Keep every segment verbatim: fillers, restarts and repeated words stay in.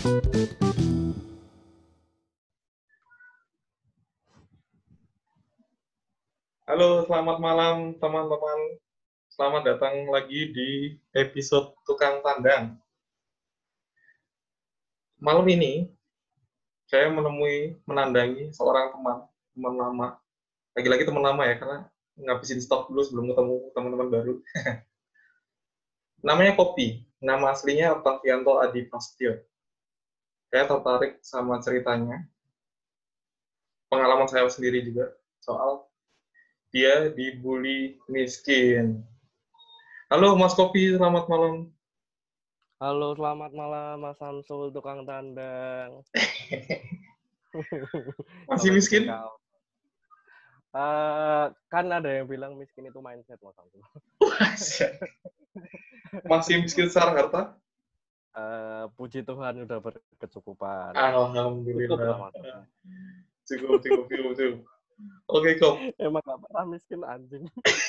Halo, selamat malam teman-teman. Selamat datang lagi di episode Tukang Tandang. Malam ini, saya menemui, menandangi seorang teman, teman lama. Lagi-lagi teman lama ya, karena ngabisin stok dulu sebelum ketemu teman-teman baru. Namanya Kopi. Nama aslinya Octavianto Adi Prasetyo. Saya tertarik sama ceritanya. Pengalaman saya sendiri juga soal dia dibully miskin. Halo Mas Kopi, selamat malam. Halo, selamat malam Mas Samsul, tukang tandang. Masih miskin? Uh, kan ada yang bilang miskin itu mindset, Mas Samsul. Masih miskin secara harta? Uh, puji Tuhan udah berkecukupan. Alhamdulillah. Cukup, cukup, cukup, cukup. Oke, Kok. Emang gak pernah miskin anjing.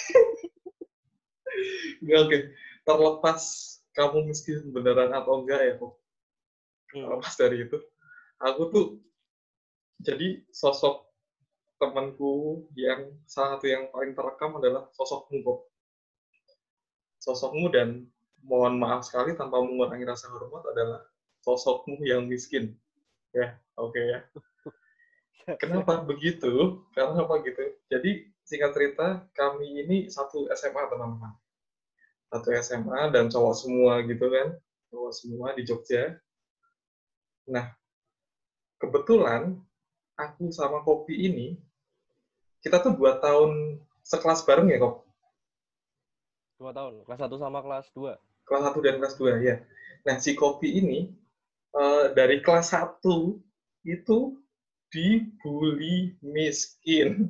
Enggak, oke. Terlepas kamu miskin beneran atau enggak ya, Kok. Terlepas hmm. dari itu. Aku tuh jadi sosok temanku yang salah satu yang paling terekam adalah sosokmu, Kok. Sosokmu dan mohon maaf sekali tanpa mengurangi rasa hormat adalah sosokmu yang miskin. Ya, oke okay, ya. Kenapa begitu? Karena apa gitu? Jadi singkat cerita, kami ini satu S M A teman-teman. Satu S M A dan cowok semua gitu kan, cowok semua di Jogja. Nah, kebetulan aku sama Kopi ini, kita tuh dua tahun sekelas bareng ya, Kok? Dua tahun, kelas satu sama kelas dua. Kelas satu dan kelas dua, ya. Nah, si Kopi ini, uh, dari kelas satu itu dibully miskin.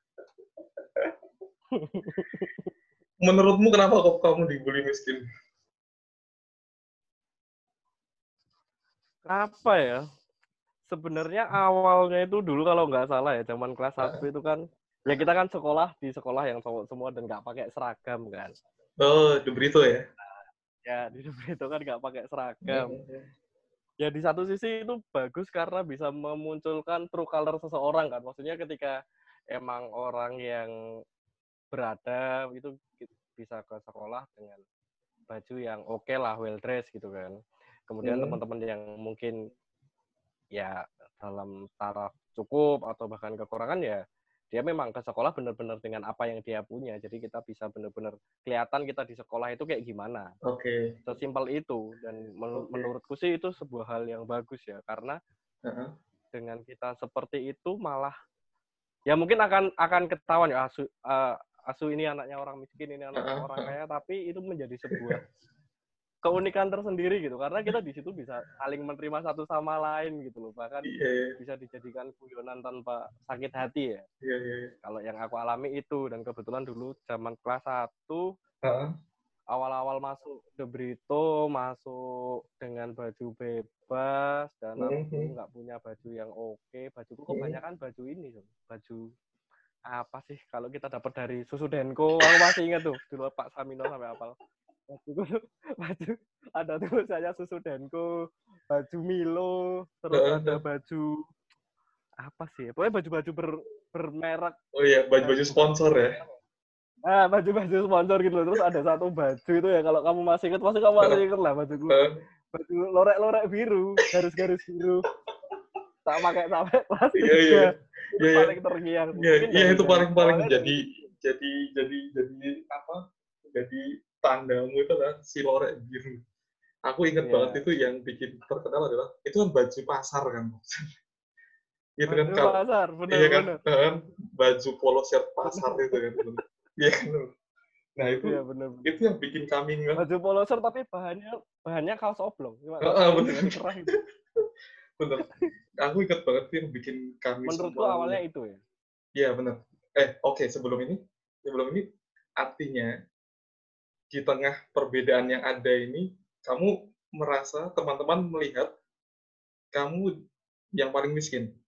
Menurutmu kenapa kok kamu dibully miskin? Apa ya? Sebenarnya awalnya itu dulu kalau nggak salah ya, zaman kelas satu itu kan, ya kita kan sekolah di sekolah yang cowok semua dan nggak pakai seragam kan. Oh, di Brito ya? Ya, di Brito kan nggak pakai seragam. Ya di satu sisi itu bagus karena bisa memunculkan true color seseorang kan. Maksudnya ketika emang orang yang berada itu bisa ke sekolah dengan baju yang oke okay lah, well dressed gitu kan. Kemudian hmm. teman-teman yang mungkin ya dalam taraf cukup atau bahkan kekurangan ya dia memang ke sekolah benar-benar dengan apa yang dia punya. Jadi kita bisa benar-benar kelihatan kita di sekolah itu kayak gimana. Oke. Okay. Sesimpel itu. Dan men- okay. menurutku sih itu sebuah hal yang bagus ya. Karena uh-huh. dengan kita seperti itu malah ya mungkin akan akan ketahuan ya asu, uh, asu ini anaknya orang miskin, ini anaknya uh-huh. orang kaya. Tapi itu menjadi sebuah keunikan tersendiri gitu. Karena kita di situ bisa saling menerima satu sama lain gitu loh. Bahkan yeah. bisa dijadikan guyonan tanpa sakit hati ya. Yeah, yeah. Kalau yang aku alami itu. Dan kebetulan dulu zaman kelas satu, uh-huh. awal-awal masuk The Brito, masuk dengan baju bebas, dan aku mm-hmm. nggak punya baju yang oke. Bajuku kebanyakan baju ini, baju apa sih? Kalau kita dapat dari Susu Denko, aku masih ingat tuh, dulu Pak Samino sampai apal. Baju, baju ada tulisannya Susu Denko, baju Milo, terus uh-huh. ada baju apa sih? Pokoknya baju-baju ber, bermerek. Oh iya, baju-baju sponsor ya? Ah, baju-baju sponsor gitu loh. Terus ada satu baju itu ya, kalau kamu masih ingat, pasti kamu masih ingat lah bajuku. Baju lorek-lorek biru, garis-garis biru. Tak pakai sampai kelas tiga. Iya, iya. Itu yeah, paling terngiang. Iya, yeah, itu paling-paling jadi jadi jadi jadi apa? Jadi tandamu itu kan si lorek biru. Aku ingat yeah. banget itu yang bikin terkenal adalah itu kan baju pasar kan. Itu kan baju pasar, benar, iya kan, benar. kan baju polo shirt pasar itu kan. Iya kan. Nah, itu iya, benar, benar. itu yang bikin kami nggak baju polo shirt tapi bahannya bahannya kaos oblong. Cuma oh, benar. Kerah gitu. Benar. Aku ingat banget sih yang bikin kami menurutku semua awalnya itu ya. Iya, benar. Eh, oke, okay, sebelum ini sebelum ini artinya di tengah perbedaan yang ada ini, kamu merasa teman-teman melihat kamu yang paling miskin?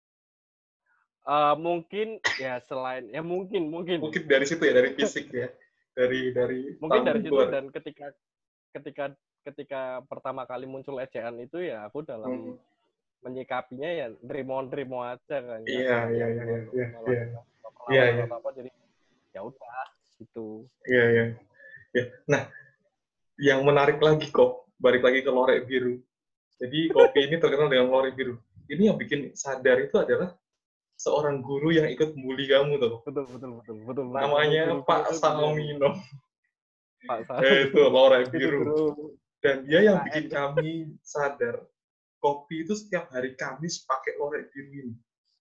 Uh, mungkin ya selain ya mungkin mungkin mungkin dari situ ya, dari fisik ya, dari dari mungkin dari situ. Dan ketika ketika ketika pertama kali muncul ejaan itu ya aku dalam Hmm. menyikapinya ya nerimo-nerimo aja kan, nggak Iya, nggak iya, yang iya, iya, iya, iya, melakukan iya, perlawanan iya, atau apa, jadi ya udah gitu. iya, iya. Iya. Nah, yang menarik lagi kok, balik lagi ke Lorek Biru. Jadi kopi ini terkenal dengan Lorek Biru. Ini yang bikin sadar itu adalah seorang guru yang ikut bully kamu tuh. Betul betul betul betul betul. Sampai Namanya guru-guru Pak itu bully aku. Samino. Pak Eh, itu Sami. Lorek Itu Biru. guru Dan dia yang K N. bikin kami sadar, kopi itu setiap hari Kamis pakai Lorek Biru ini.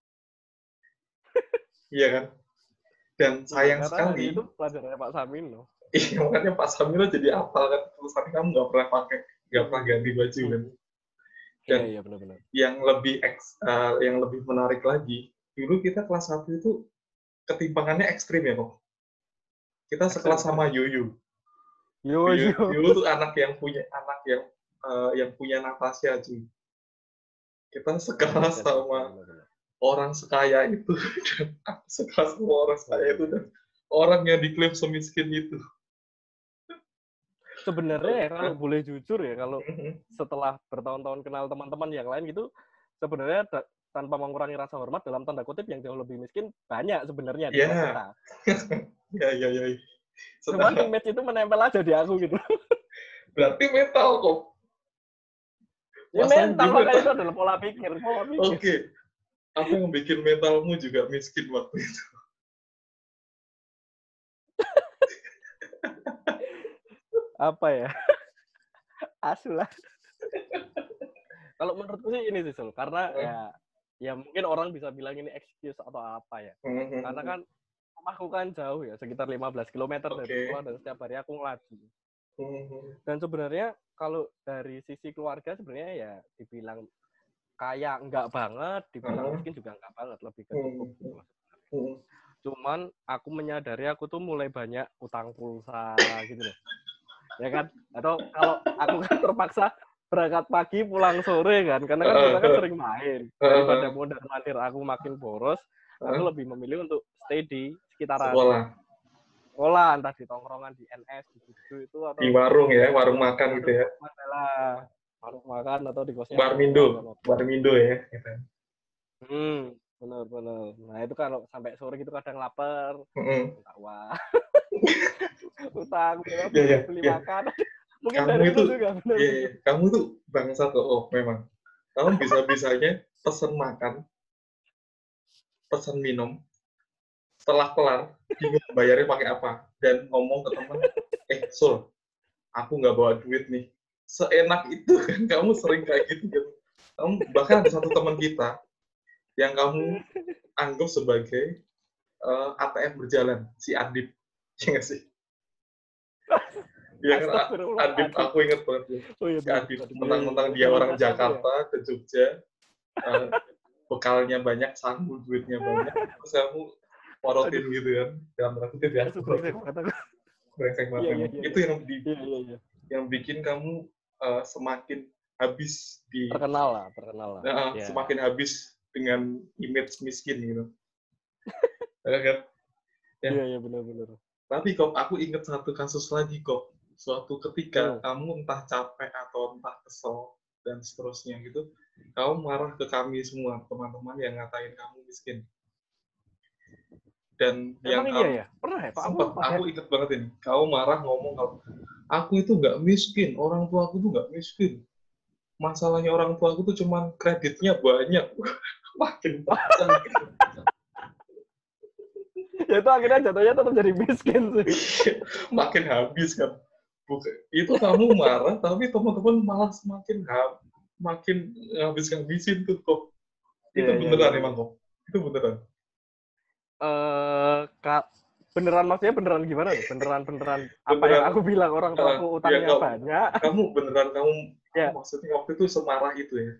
Iya kan? Dan Iya, sayang karena hari itu sekali, pelajarannya Pak Samino. iya makanya Pak Samino jadi apal kan, terus tapi kamu nggak pernah pakai, nggak pernah ganti baju kan. Dan Iya iya benar-benar. yang lebih eks, uh, yang lebih menarik lagi, dulu kita kelas satu itu ketimpangannya ekstrim ya kok. Kita sekelas sama Yuyu. Yo Yuyu, yo. Yuyu tuh anak yang punya anak yang uh, yang punya Natasha cuy. Kita sekelas sama orang sekaya itu dan aku sekelas sama orang sekaya itu dan orang yang diklaim semiskin itu. Sebenarnya ya kalau boleh jujur ya, kalau setelah bertahun-tahun kenal teman-teman yang lain gitu, sebenarnya da- tanpa mengurangi rasa hormat dalam tanda kutip yang jauh lebih miskin banyak sebenarnya di Ya, kelas kita. ya, ya, ya. Cuman Setelah, image itu menempel aja di aku gitu. berarti mental kok. Ya Masa mental, juga makanya tak? itu adalah pola pikir, pola pikir. Oke, apa yang bikin mentalmu juga miskin waktu itu? Apa ya? Asulah. Kalau menurutku sih ini sih Sul, karena ya ya mungkin orang bisa bilang ini excuse atau apa ya. Karena kan rumahku kan jauh ya, sekitar lima belas kilometer dari Oke. sekolah dan setiap hari aku ngelaju. Hmm. Dan sebenarnya kalau dari sisi keluarga sebenarnya ya dibilang kaya enggak banget, dibilang Uh-huh. miskin juga enggak banget, lebih ke cukup Hmm. gitu. Hmm. Cuman aku menyadari aku tuh mulai banyak utang pulsa gitu loh. Ya kan? Atau kalau aku kan terpaksa berangkat pagi pulang sore kan, karena kan kita kan sering main. Daripada modal mandir aku makin boros, aku lebih memilih untuk stay di sekitaran Sekolah. sekolah, entah di tongkrongan di N S gitu itu atau Di warung ya, warung di makan gitu ya. masalah warung makan atau di kosnya Barmindo, Barmindo ya. Gitu. Hmm, benar-benar. Nah itu kalau sampai sore gitu kadang lapar, Mm-hmm. minta uang, utang, Ya, beli, ya, beli ya. makan. Mungkin Kamu dari itu, itu juga benar. ya, ya. Kamu tuh bangsa tuh, oh memang. Kamu bisa-bisanya pesen makan, pesen minum, setelah kelar, bingung bayarnya pakai apa. Dan ngomong ke teman, eh Sul, aku nggak bawa duit nih. Seenak itu kan, kamu sering kayak gitu kan. Kamu, bahkan ada satu teman kita, yang kamu anggap sebagai uh, A T M berjalan, si Adip. Iya nggak sih? Iya kan, Adip, aku inget banget tuh. Oh, iya, Si Adip, iya, mentang-mentang iya, dia iya. orang Iya, Jakarta ke Jogja, uh, bekalnya banyak, sanggup duitnya banyak, terus kamu porotin gitu kan, dalam tanda kutip ya, brengsek banget iya, iya, memang. iya, Itu yang di, iya, iya, iya. yang bikin kamu uh, semakin habis di Terkenal lah, terkenal lah. uh, Ya. semakin habis dengan image miskin gitu. Ya kan? Ya. Iya, iya, benar-benar. Tapi kok aku ingat satu kasus lagi kok. Suatu ketika hmm. kamu entah capek atau entah kesel dan seterusnya gitu, kamu marah ke kami semua, teman-teman yang ngatain kamu miskin. Dan Emang yang iya kamu, ya? Pernah ya? Pak, sempat, aku, aku inget banget ini. Kamu marah ngomong kalau aku itu nggak miskin, orang tua aku tuh nggak miskin. Masalahnya orang tua aku tuh cuman kreditnya banyak. Makin pasang gitu. Ya itu akhirnya jatuhnya tetap jadi miskin sih. Makin habis kan. Bukan. Itu kamu marah, tapi teman-teman malah semakin ha- makin habis-habisin tuh kok. Itu yeah, beneran yeah, yeah, emang yeah. kok. Itu beneran. Uh, kak, beneran maksudnya beneran gimana nih? Beneran beneran apa beneran, yang aku bilang orang tua aku uh, utangnya ya, kamu, banyak. Kamu beneran kamu, ya. kamu maksudnya waktu itu semarah itu ya?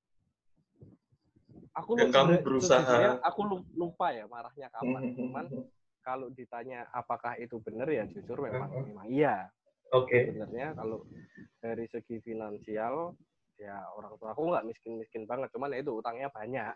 Aku Dan kamu berusaha. Aku lupa ya marahnya kapan. Cuman kalau ditanya apakah itu benar ya jujur memang uh-huh. memang iya. Oke. Okay. Sebenarnya kalau dari segi finansial ya orang tua aku nggak miskin-miskin banget, cuman ya itu utangnya banyak.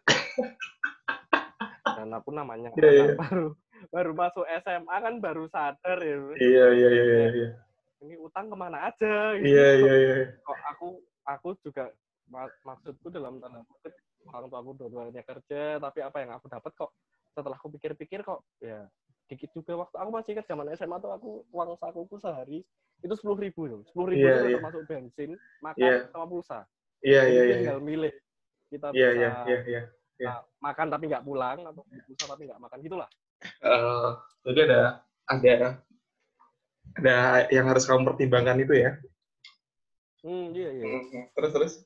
Dan aku namanya yeah, yeah. baru baru masuk S M A kan baru sadar ya. Iya iya iya iya. ini utang kemana aja gitu. Iya, iya, iya. Kok aku aku juga mak- maksudku dalam tanda kutip orang tua aku dua-duanya kerja, tapi apa yang aku dapat kok setelah aku pikir-pikir kok ya dikit juga. Waktu aku masih ingat zaman S M A tuh aku uang sakuku sehari itu sepuluh ribu tuh. Sepuluh ribu Iya, itu udah iya. termasuk bensin, makan Iya. sama pulsa. Iya, Jadi iya, kita iya. tinggal milih kita Iya, bisa iya, iya, iya. Iya. uh, makan tapi nggak pulang atau beli pulsa tapi nggak makan gitulah. Eh, jadi ada ada ada yang harus kamu pertimbangkan itu ya. Hmm, iya iya. Mhm. Terus terus.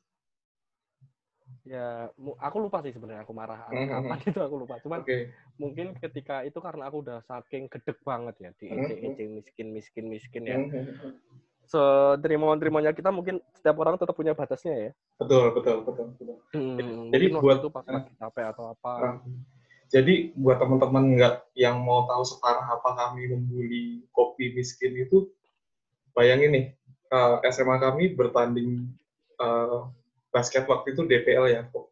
Ya, mu- aku lupa sih sebenarnya aku marah Mhm. kapan itu aku lupa. Cuman Oke. mungkin ketika itu karena aku udah saking gedek banget ya di ece-ece miskin miskin miskin ya. Mhm. Seterima-terimanya kita mungkin setiap orang tetap punya batasnya ya. Betul, betul, betul, betul. Hmm, Jadi mungkin waktu buat itu pas lagi capek atau apa. uh, jadi buat teman-teman nggak yang mau tahu separah apa kami membuli kopi miskin itu, bayangin nih, uh, S M A kami bertanding uh, basket waktu itu D P L ya, kok.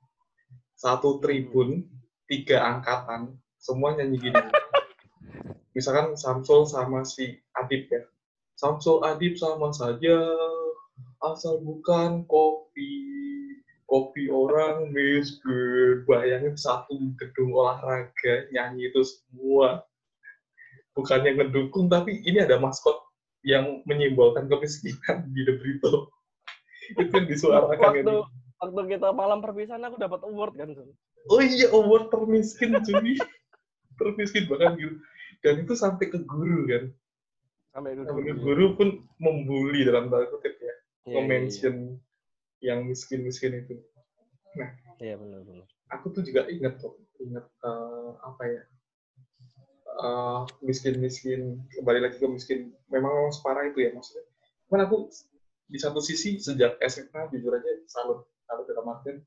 Satu tribun, tiga angkatan, semua nyanyi gini. Misalkan Samsul sama si Adib ya. Samsul Adib sama saja, asal bukan kopi, kopi orang miskin. Bayangin satu gedung olahraga nyanyi itu semua. Bukannya ngedukung, tapi ini ada maskot yang menyimbolkan kemiskinan di The Brito. Itu yang disuarakan waktu ini. waktu kita malam perpisahan aku dapat award kan, Sun. Oh iya, award termiskin cuy. Termiskin bahkan gitu. Dan itu sampai ke guru kan. Sampai ke Sampai ke guru. guru pun membuli dalam tanda kutip ya. Iya, Nge-mention iya, iya. yang miskin-miskin itu. Nah, iya benar-benar. aku tuh juga ingat tuh, ingat uh, apa ya, uh, miskin-miskin, kembali lagi ke miskin, memang separah itu ya maksudnya. Cuman aku di satu sisi sejak S M A jujur aja salut, salut dalam artian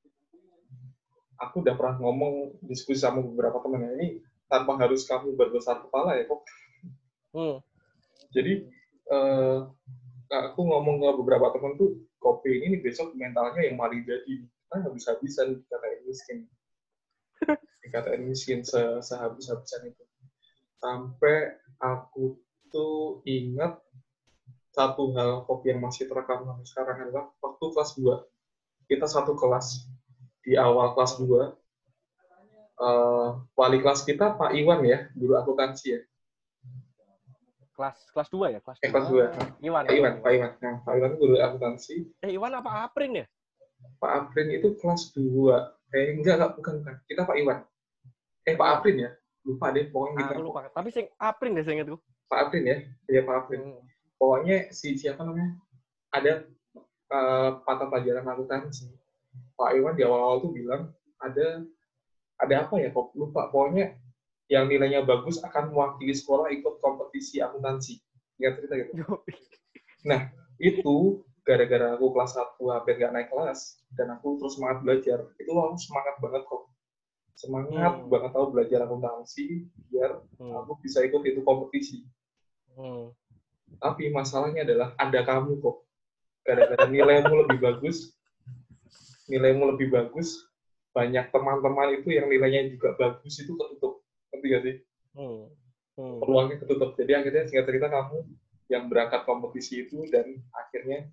aku udah pernah ngomong diskusi sama beberapa teman ya, ini tanpa harus kamu berbesar kepala ya kok. Hmm. Jadi uh, aku ngomong ke beberapa teman tuh, kopi ini besok mentalnya yang maling jadi, kita nggak bisa-bisa dikatain miskin, dikatain miskin se sehabis-habisan itu. Sampai aku tuh ingat satu hal kopi yang masih terekam sampai sekarang adalah waktu kelas dua, kita satu kelas di awal kelas dua, uh, wali kelas kita Pak Iwan ya, guru akuntansi ya. Kelas kelas dua ya, kelas Eh, kelas dua. Iwan, Pak Iwan, Pak Iwan. Nah, Pak Iwan itu guru akuntansi. Eh, Iwan apa Aprin ya? Pak Aprin itu kelas dua. Eh, enggak, enggak, bukan, bukan. Kita Pak Iwan. Eh, Pak Aprin ya? Lupa deh, pokoknya gitu. Ah, lupa. Tapi sing Aprin deh saya ingatku. Pak Aprin ya? Iya, Pak Aprin. Hmm. Pokoknya si siapa namanya? Ada uh, mata pelajaran akuntansi. Pak Iwan di awal-awal tuh bilang, ada ada apa ya, kok lupa. Pokoknya yang nilainya bagus akan mewakili sekolah ikut kompetisi akuntansi. Ingat cerita gitu. Nah, itu gara-gara aku kelas satu hampir nggak naik kelas, dan aku terus semangat belajar. Itu aku semangat banget kok. Semangat hmm. banget tahu belajar akuntansi, biar hmm. aku bisa ikut itu kompetisi. Hmm. Tapi masalahnya adalah ada kamu kok. Gara-gara nilaimu lebih bagus, nilaimu lebih bagus, banyak teman-teman itu yang nilainya juga bagus itu ketutup. Ngerti gak sih? Hmm. Hmm. Peluangnya ketutup. Jadi akhirnya singkat cerita kamu yang berangkat kompetisi itu dan akhirnya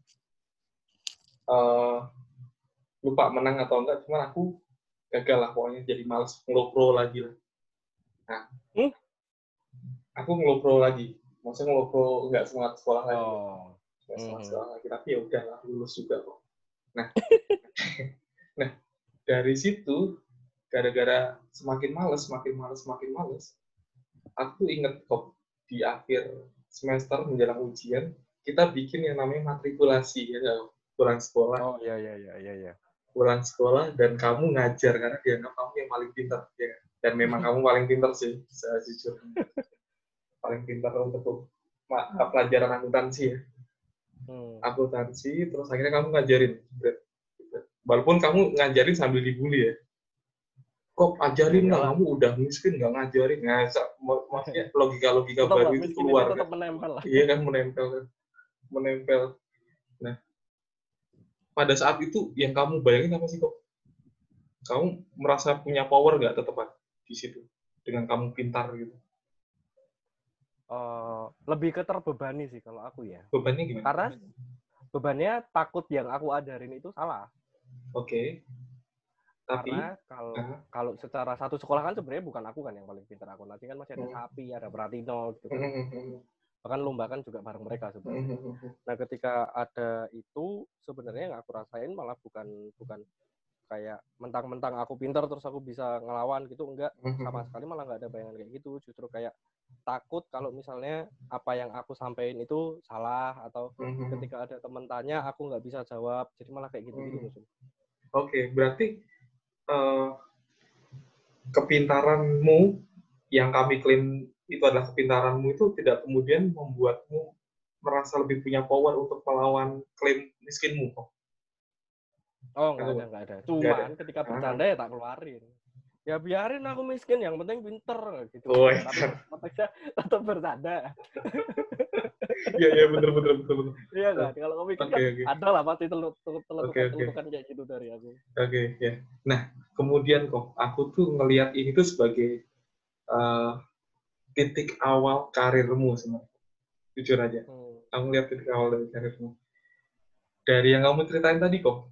uh, lupa menang atau enggak, cuman aku gagal lah pokoknya, jadi males ngelopro lagi lah. Nah, hmm? aku ngelopro lagi, maksudnya ngelopro nggak semangat sekolah lagi, oh. nggak semangat sekolah lagi, tapi ya udahlah lulus juga kok. Nah, nah dari situ gara-gara semakin males, semakin males, semakin males, aku inget kok di akhir semester menjelang ujian kita bikin yang namanya matrikulasi ya, pulang sekolah. Oh iya iya iya iya. iya. Pulang sekolah dan kamu ngajar karena dianggap kamu yang paling pintar ya. Dan memang kamu paling pintar sih, sejujurnya. Paling pintar untuk pelajaran akuntansi ya. Hmm. Akuntansi, terus akhirnya kamu ngajarin. Walaupun kamu ngajarin sambil dibully ya. Kok ajarin ya, lah, kamu udah miskin nggak ngajarin. Nah, maksudnya logika-logika baru itu keluar. Tetap kan? menempel lah. Iya kan, menempel kan. Menempel. Nah, pada saat itu yang kamu bayangin apa sih kok? Kamu merasa punya power nggak tetepan di situ dengan kamu pintar gitu? uh, lebih ke terbebani sih kalau aku ya. Bebannya gimana? Karena bebannya takut yang aku ajarin itu salah. Oke. Okay. Tapi Karena kalau uh, kalau secara satu sekolah kan sebenarnya bukan aku kan yang paling pintar akuntansi kan masih ada uh, Sapi, ada Pratino gitu kan. Uh, bahkan lomba kan juga bareng mereka sebenarnya. Nah ketika ada itu sebenarnya yang aku rasain malah bukan bukan kayak mentang-mentang aku pintar terus aku bisa ngelawan gitu, enggak, sama sekali malah nggak ada bayangan kayak gitu. Justru kayak takut kalau misalnya apa yang aku sampaikan itu salah atau ketika ada teman tanya aku nggak bisa jawab, jadi malah kayak gitu-gitu. Oke, okay, berarti uh, kepintaranmu yang kami klaim itu adalah kepintaranmu itu tidak kemudian membuatmu merasa lebih punya power untuk melawan klaim miskinmu kok? Oh, nggak ada, nggak ada. Cuman ada. Ketika bercanda ya tak keluarin. Ya biarin aku miskin, yang penting pinter gitu. Oh, ya. Tapi konteksnya tetap bercanda. Iya, iya, bener, bener, bener, bener. Iya kan? Kalau kamu mikir okay, kan okay. ada lah pasti telutukan okay, okay. kayak gitu dari aku. Oke, okay, ya. Nah, kemudian kok aku tuh ngelihat ini tuh sebagai uh, titik awal karirmu sebenarnya. Jujur aja. Hmm. Aku lihat titik awal dari karirmu. Dari yang kamu ceritain tadi kok,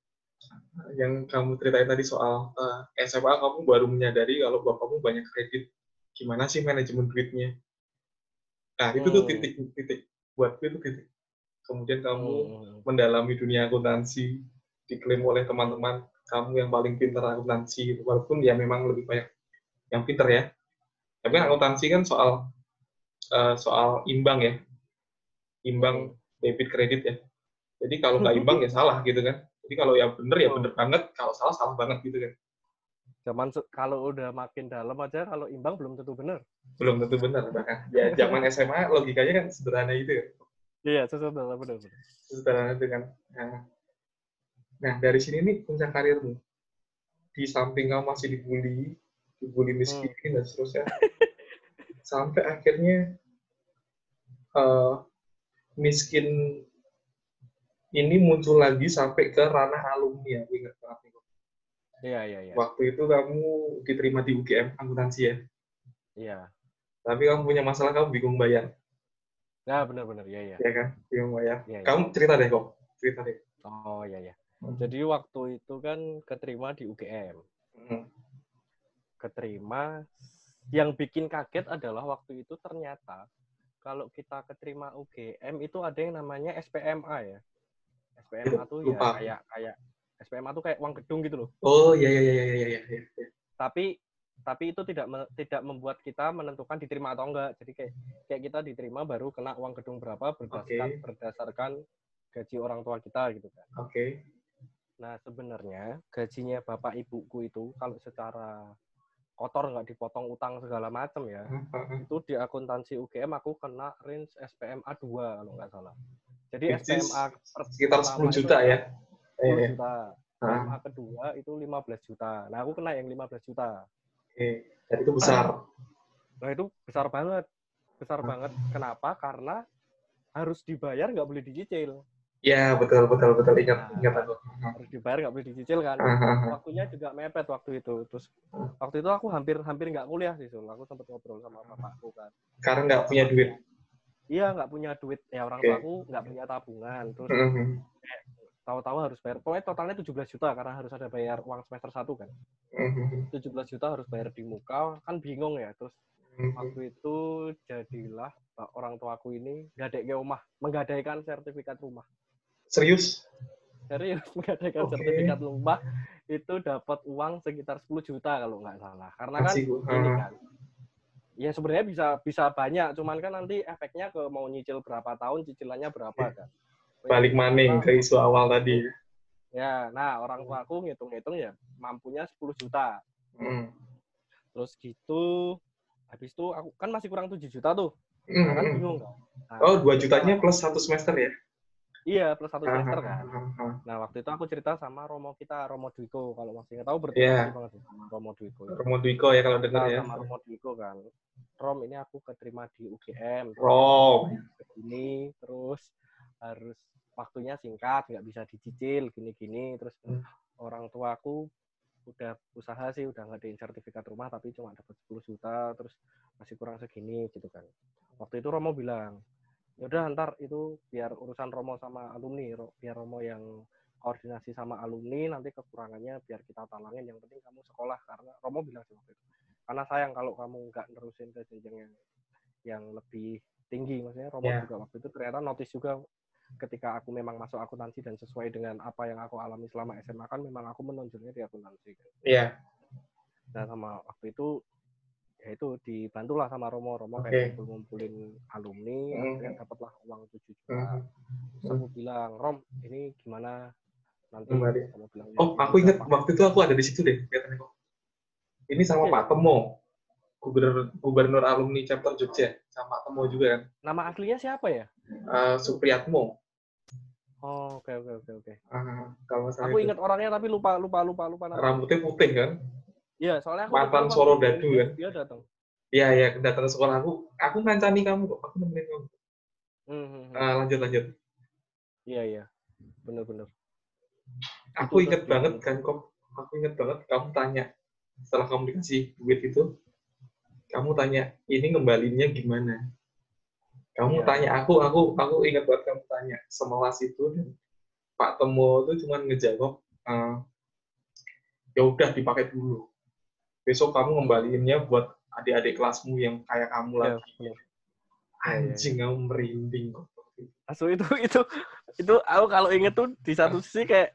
yang kamu ceritain tadi soal uh, S M A kamu baru menyadari kalau bapakmu banyak kredit. Gimana sih manajemen duitnya? Nah, itu hmm. tuh titik-titik. Buatku itu titik. Kemudian kamu hmm. mendalami dunia akuntansi, diklaim oleh teman-teman, kamu yang paling pintar akuntansi, walaupun ya memang lebih banyak yang pintar ya. Tapi kan akuntansi kan soal uh, soal imbang ya. Imbang hmm. debit kredit ya. Jadi kalau nggak imbang ya salah gitu kan. Jadi kalau yang bener ya bener oh. banget, kalau salah salah banget gitu kan. Zaman kalau udah makin dalam aja, kalau imbang belum tentu bener. Belum tentu bener bahkan. Ya zaman S M A logikanya kan sederhana itu ya. Iya, sederhana bener. Sederhana itu kan. Nah, nah dari sini nih puncak karirmu. Di samping kamu masih dibully, dibully miskin hmm. dan seterusnya. Sampai akhirnya uh, miskin ini muncul lagi sampai ke ranah alumni, aku ingat banget nih. Iya, iya, iya. Waktu itu kamu diterima di U G M akuntansi ya? Iya. Tapi kamu punya masalah, kamu bingung bayar. Ya, benar-benar, iya, iya. Iya kan? Bingung bayar. Ya, ya. Kamu cerita deh kok, cerita deh. Oh, iya, iya. Hmm. Jadi waktu itu kan keterima di U G M. Hmm. Keterima, yang bikin kaget adalah waktu itu ternyata kalau kita keterima U G M itu ada yang namanya S P M A ya. S P M A tuh ya kayak kayak S P M A tuh kayak uang gedung gitu loh. Oh iya iya iya iya iya iya. Tapi tapi itu tidak me, tidak membuat kita menentukan diterima atau enggak. Jadi kayak kayak kita diterima baru kena uang gedung berapa berdasarkan okay. berdasarkan gaji orang tua kita gitu kan. Oke. Okay. Nah, sebenarnya gajinya bapak ibuku itu kalau secara kotor nggak dipotong utang segala macam ya. Uh-huh. Itu di akuntansi U G M aku kena range S P M A dua kalau nggak salah. Jadi S P M A sekitar sepuluh juta ya. sepuluh juta. S P M A kedua itu lima belas juta. Nah, aku kena yang lima belas juta. Oke, jadi itu besar. Nah, itu besar banget. Besar banget. Kenapa? Karena harus dibayar, nggak boleh dicicil. Ya, betul, betul, betul. Ingat, nah, ingat aku. Harus dibayar, nggak boleh dicicil kan. Waktunya juga mepet waktu itu. Terus waktu itu aku hampir hampir nggak kuliah sih, Sul. Aku sempat ngobrol sama bapakku kan. Karena nggak punya duit. Iya, nggak punya duit. Ya, orang tua aku nggak punya tabungan. Terus uh-huh. eh, tahu-tahu harus bayar. Pokoknya totalnya tujuh belas juta karena harus ada bayar uang semester satu kan. Uh-huh. tujuh belas juta harus bayar di muka. Kan bingung ya. Terus uh-huh. waktu itu jadilah orang tuaku ini gadek ke rumah. Menggadaikan sertifikat rumah. Serius? Serius, menggadaikan okay. sertifikat rumah. Itu dapat uang sekitar sepuluh juta kalau nggak salah. Karena kan Masih, uh. ini kan. Ya sebenarnya bisa bisa banyak, cuman kan nanti efeknya ke mau nyicil berapa tahun, cicilannya berapa kan. Balik maning ke isu awal tadi. Ya, nah orang tua aku ngitung-ngitung ya mampunya sepuluh juta. Hmm. Terus gitu, habis itu aku kan masih kurang tujuh juta tuh. Nah, kan bingung kan. Nah, oh, dua jutanya plus satu semester ya? Iya, plus satu semester kan. Nah, waktu itu aku cerita sama Romo kita, Romo Dwiko. Kalau masih nggak tahu berterima kasih yeah. banget sama Romo Dwiko. Romo Dwiko ya kalau dengar ya. Sama Romo Dwiko kan. Rom, ini aku keterima di U G M. Rom. Ini terus harus waktunya singkat, nggak bisa dicicil, gini-gini. Terus hmm. orang tuaku udah usaha sih, udah ngadain sertifikat rumah tapi cuma dapat sepuluh juta, terus masih kurang segini gitu kan. Waktu itu Romo bilang, ya udah ntar itu biar urusan Romo sama alumni, biar Romo yang koordinasi sama alumni, nanti kekurangannya biar kita talangin, yang penting kamu sekolah. Karena Romo bilang sih waktu itu, karena sayang kalau kamu nggak nerusin ke jenjang yang yang lebih tinggi. Maksudnya Romo yeah. juga waktu itu ternyata notice juga ketika aku memang masuk akuntansi dan sesuai dengan apa yang aku alami selama S M A kan memang aku menonjolnya di akuntansi kan. Iya. Yeah. Nah sama waktu itu ya itu dibantulah sama Romo, Romo okay. kayak ngumpul-ngumpulin alumni, mm-hmm. akhirnya dapatlah uang tujuh juta. Mm-hmm. Terus aku bilang, Rom, ini gimana nanti? Kembali. Kamu bilang, oh, aku ingat waktu itu aku ada di situ deh, kelihatannya kok. Ini sama yeah. Pak Temo, gubernur gubernur alumni chapter Jogja, sama Pak Temo juga kan. Nama aslinya siapa ya? Uh, Supriyatmo. Oh, oke okay, oke okay, oke okay, oke. Uh, kalau aku ingat orangnya tapi lupa lupa lupa lupa namanya. Rambutnya putih kan? Iya, soalnya aku mantan Soro Dadu kan. Dia datang. Iya iya, datang ke sekolah aku. Aku ngancani kamu kok, aku nemenin kamu. Mm-hmm. Uh, lanjut lanjut. Iya iya, benar-benar. Aku ingat banget kan kok. Aku ingat banget kamu tanya setelah kamu dikasih duit itu, kamu tanya ini ngembalinya gimana? Kamu iya, tanya iya. aku, aku aku ingat banget kamu tanya semelas itu dan Pak Temo itu cuma ngejawab, uh, ya udah dipakai dulu. Besok kamu ngembaliinnya buat adik-adik kelasmu yang kayak kamu ya, lagi. Ya. Anjing, ya, ya, ya. Kamu merinding kok. Asu itu itu itu aku kalau inget tuh di satu sisi kayak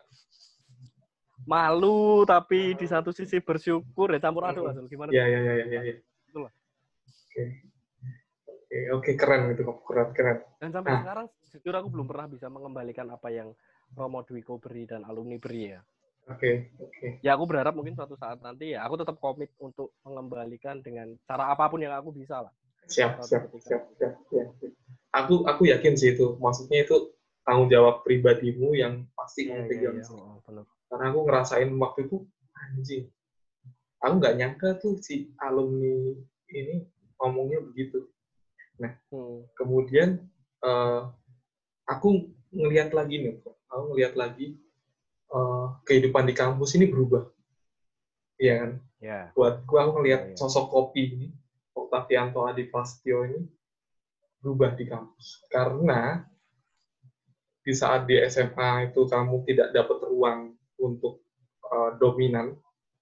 malu tapi di satu sisi bersyukur ya, campur aduk Asul. Gimana? Iya iya iya iya iya. Itulah. Oke. Oke, oke keren itu kok, keren keren. Dan sampai nah. sekarang jujur aku belum pernah bisa mengembalikan apa yang Romo Dwiko beri dan alumni beri ya. Oke, okay, oke. Okay. Ya aku berharap mungkin suatu saat nanti ya aku tetap komit untuk mengembalikan dengan cara apapun yang aku bisa lah. Siap, siap, siap, siap, siap. Aku aku yakin sih itu. Maksudnya itu tanggung jawab pribadimu yang pasti kamu pegang. Iya, iya, oh, benar. Karena aku ngerasain waktu itu anjing. Aku nggak nyangka tuh si alumni ini ngomongnya begitu. Nah, hmm. kemudian uh, aku ngelihat lagi nih, aku ngelihat lagi uh, kehidupan di kampus ini berubah, iya kan? Yeah. Buat gua aku ngelihat yeah, yeah. sosok Kopi ini, Oktavianto Adi Prasetyo ini berubah di kampus, karena di saat di S M A itu kamu tidak dapat ruang untuk uh, dominan.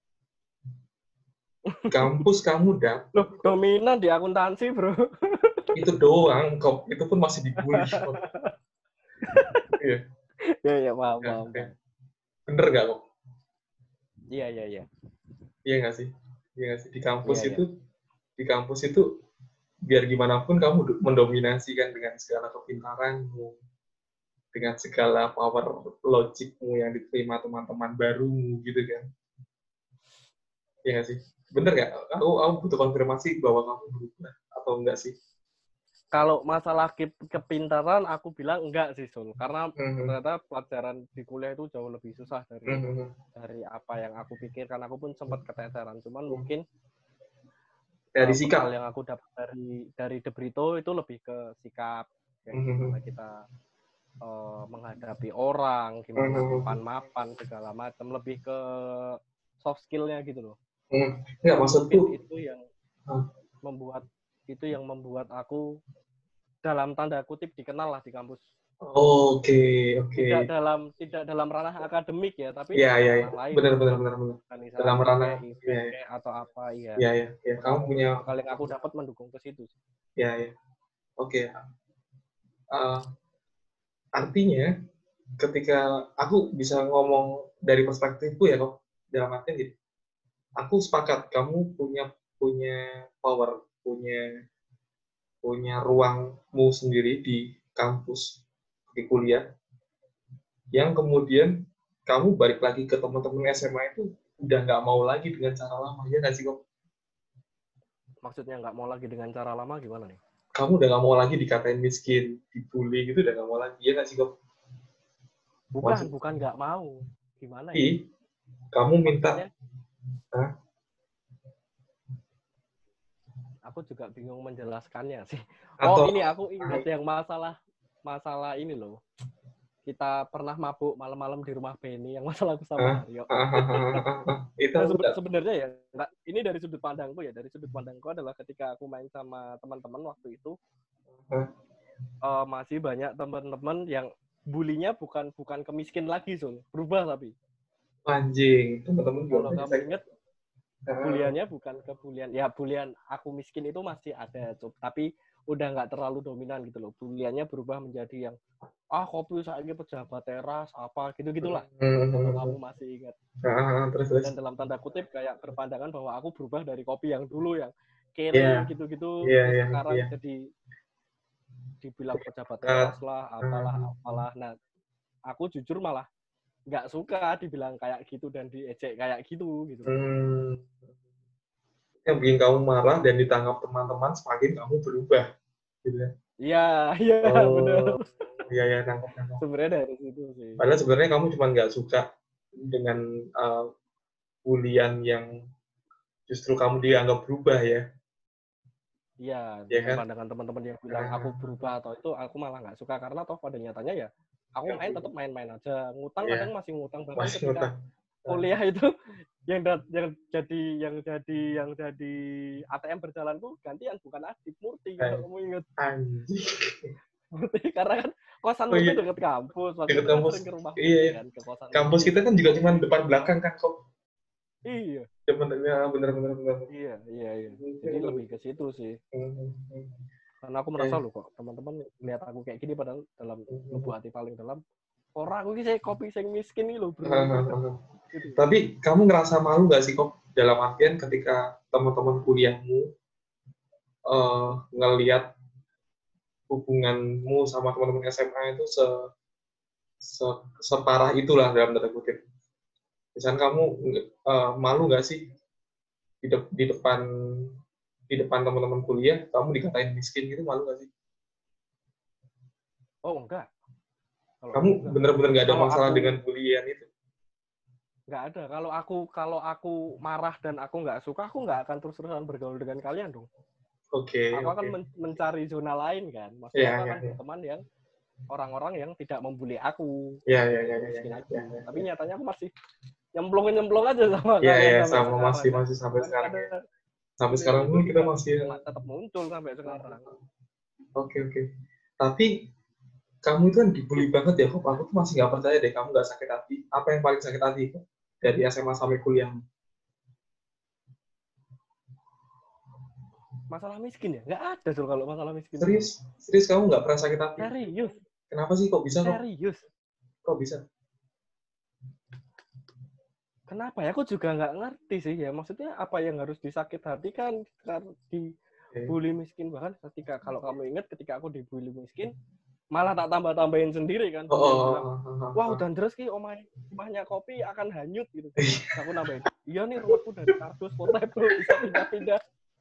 Kampus kamu dapat. Loh, dominan di akuntansi, bro. Itu doang, kok. Itu pun masih dibully. Iya. Iya, iya, paham, ya, paham. Ya. Bener nggak, kok? Iya, iya, iya. Iya nggak sih? Iya nggak sih? Di kampus ya, itu, ya. di kampus itu, biar gimana pun kamu mendominasikan dengan segala kepintaranmu, dengan segala power logikmu yang diterima teman-teman barumu, gitu kan. Iya nggak sih? Bener nggak? Aku, aku butuh konfirmasi bahwa kamu berubah atau enggak sih? Kalau masalah ke kepintaran, aku bilang enggak sih, Sul. Karena mm-hmm. ternyata pelajaran di kuliah itu jauh lebih susah dari mm-hmm. dari apa yang aku pikirkan. Aku pun sempat keteteran. Cuman mm-hmm. mungkin dari uh, sikap yang aku dapat dari dari De Brito itu lebih ke sikap. Kayak mm-hmm. gimana kita uh, menghadapi orang, gimana mm-hmm. mapan-mapan, segala macam. Lebih ke soft skill-nya gitu loh. Hmm. Ya, maksudku itu yang hmm. membuat itu yang membuat aku dalam tanda kutip dikenal lah di kampus. Oh, oke, okay, oke. Okay. Tidak dalam tidak dalam ranah akademik ya, tapi ya, dalam ya, ranah ya. lain. Benar, benar, benar, benar. Dalam ranah ya, ya. atau apa ya. Iya, iya, ya. Kamu punya kali yang aku dapat mendukung ke situ. Ya, ya. Oke. Okay. Uh, artinya ketika aku bisa ngomong dari perspektifku ya kok, dalam artian gitu. Aku sepakat kamu punya punya power, punya punya ruangmu sendiri di kampus, di kuliah, yang kemudian kamu balik lagi ke teman-teman S M A itu udah nggak mau lagi dengan cara lama, ya nggak sih kok? Maksudnya nggak mau lagi dengan cara lama gimana nih? Kamu udah nggak mau lagi dikatain miskin, dibully gitu, udah nggak mau lagi, ya nggak sih kok? Bukan, Maksud... bukan nggak mau. Gimana ya? I, kamu minta... Hah? Aku juga bingung menjelaskannya sih. Atau, oh ini aku ingat yang masalah masalah ini loh. kita pernah mabuk malam-malam di rumah Benny yang masalah aku sama Ah, Mario. ah, ah, ah, ah, ah, ah. Itu Nah, aku sebe- nggak. sebenarnya ya, enggak, ini dari sudut pandangku ya, dari sudut pandangku adalah ketika aku main sama teman-teman waktu itu, Ah, eh, masih banyak teman-teman yang bulinya bukan bukan kemiskin lagi, Sul. Berubah tapi. anjing, teman-teman juga Kalau banyak kamu saya. ingat, Ah, buliannya bukan ke bulian. Ya, bulian aku miskin itu masih ada, Cuk. Tapi udah nggak terlalu dominan gitu loh. Buliannya berubah menjadi yang, ah kopi saiki pejabat teras, apa, gitu-gitulah. Kalau kamu hmm, masih ingat. ah, terus terus. Dan dalam tanda kutip kayak berpandangan bahwa aku berubah dari kopi yang dulu yang Iya, kere gitu-gitu, iya, terus iya, sekarang iya. jadi dibilang pejabat Ah, teras lah, ah, apalah, apalah. Nah, aku jujur malah nggak suka dibilang kayak gitu dan diejek kayak gitu gitu. hmm. Yang bikin kamu marah dan ditangkap teman-teman semakin kamu berubah, gitu ya. Iya, iya bener. Oh, iya ya, nangkap nangkap. Sebenarnya dari situ sih. Padahal sebenarnya kamu cuma nggak suka dengan uh, bulian yang justru kamu dianggap berubah ya, Iya, ya dengan kan? pandangan teman-teman yang bilang Ah, aku berubah atau itu, aku malah nggak suka karena toh pada nyatanya ya aku nggak main berubah. tetap main-main aja. Ngutang Iya, kadang masih ngutang bahkan masih ketika ngutang. Ah, kuliah itu yang dat- yang jadi yang jadi yang jadi A T M berjalan tuh gantian bukan Adit, Murti kalau ay- kamu ingat. anjing. Murti karena kan kosan Oh Murti iya, deket kampus. Waktu dekat itu kan kampus. sering ke rumah Iya, Murti iya. kan, ke kosan Kampus Murti kita untuk kan juga cuma ngopi. depan belakang kan kok. Iya, Depan ya, bener bener bener. iya, iya, iya. Jadi lebih ke situ sih. Hmm, hmm, Karena aku merasa eh, loh kok teman-teman lihat aku kayak gini padahal dalam lubuk hmm. hati paling dalam orang aku ini saya kopi sing miskin nih loh Ah, bro ah, ah. gitu. Tapi kamu ngerasa malu nggak sih kok dalam artian ketika teman-teman kuliahmu eh, ngelihat hubunganmu sama teman-teman S M A itu se, se separah itulah dalam tanda kutip. Misalnya kamu eh, malu nggak sih di, de- di depan di depan teman-teman kuliah kamu dikatain miskin gitu, malu nggak sih? Oh enggak, kalau Kamu aku enggak. benar-benar nggak ada Kalau masalah aku dengan bulian itu? nggak ada, kalau aku kalau aku marah dan aku nggak suka aku nggak akan terus-terusan bergaul dengan kalian dong. Oke, Aku akan oke. men- mencari zona lain kan, maksudnya Ya, aku ya, akan ya. berteman yang orang-orang yang tidak membuli aku Ya, ya, kayak ya, gitu ya, miskin ya, aja. ya, ya, Tapi ya. nyatanya aku masih nyemplung-nyemplung aja sama Ya, kalian ya, sampai sama sekarang masih kan. masih sampai Masih sekarang ada ya. Sampai sekarang nilai-nilai pun kita bully yang masih. tetap muncul sampai sekarang. Oke, oke. Tapi kamu itu kan dibully banget ya kok. Aku tuh masih nggak percaya deh kamu nggak sakit hati. Apa yang paling sakit hati kok dari S M A sampai kuliah? Masalah miskin ya? Nggak ada tuh kalau masalah miskin itu. Serius, serius kamu nggak pernah sakit hati? Serius, Kenapa sih kok bisa kok? serius. Kok bisa? Kenapa ya? Aku juga nggak ngerti sih ya. Maksudnya apa yang harus disakit hati kan di Oke. bully miskin. Bahkan ketika kalau kamu ingat ketika aku dibully miskin, malah tak tambah-tambahin sendiri kan. Oh, Bule yang oh, bilang, oh, oh, wah oh. udah deres ki omah, rumahnya kopi akan hanyut gitu. Aku nambahin, iya nih rumahku dari kardus portable bisa pindah-pindah.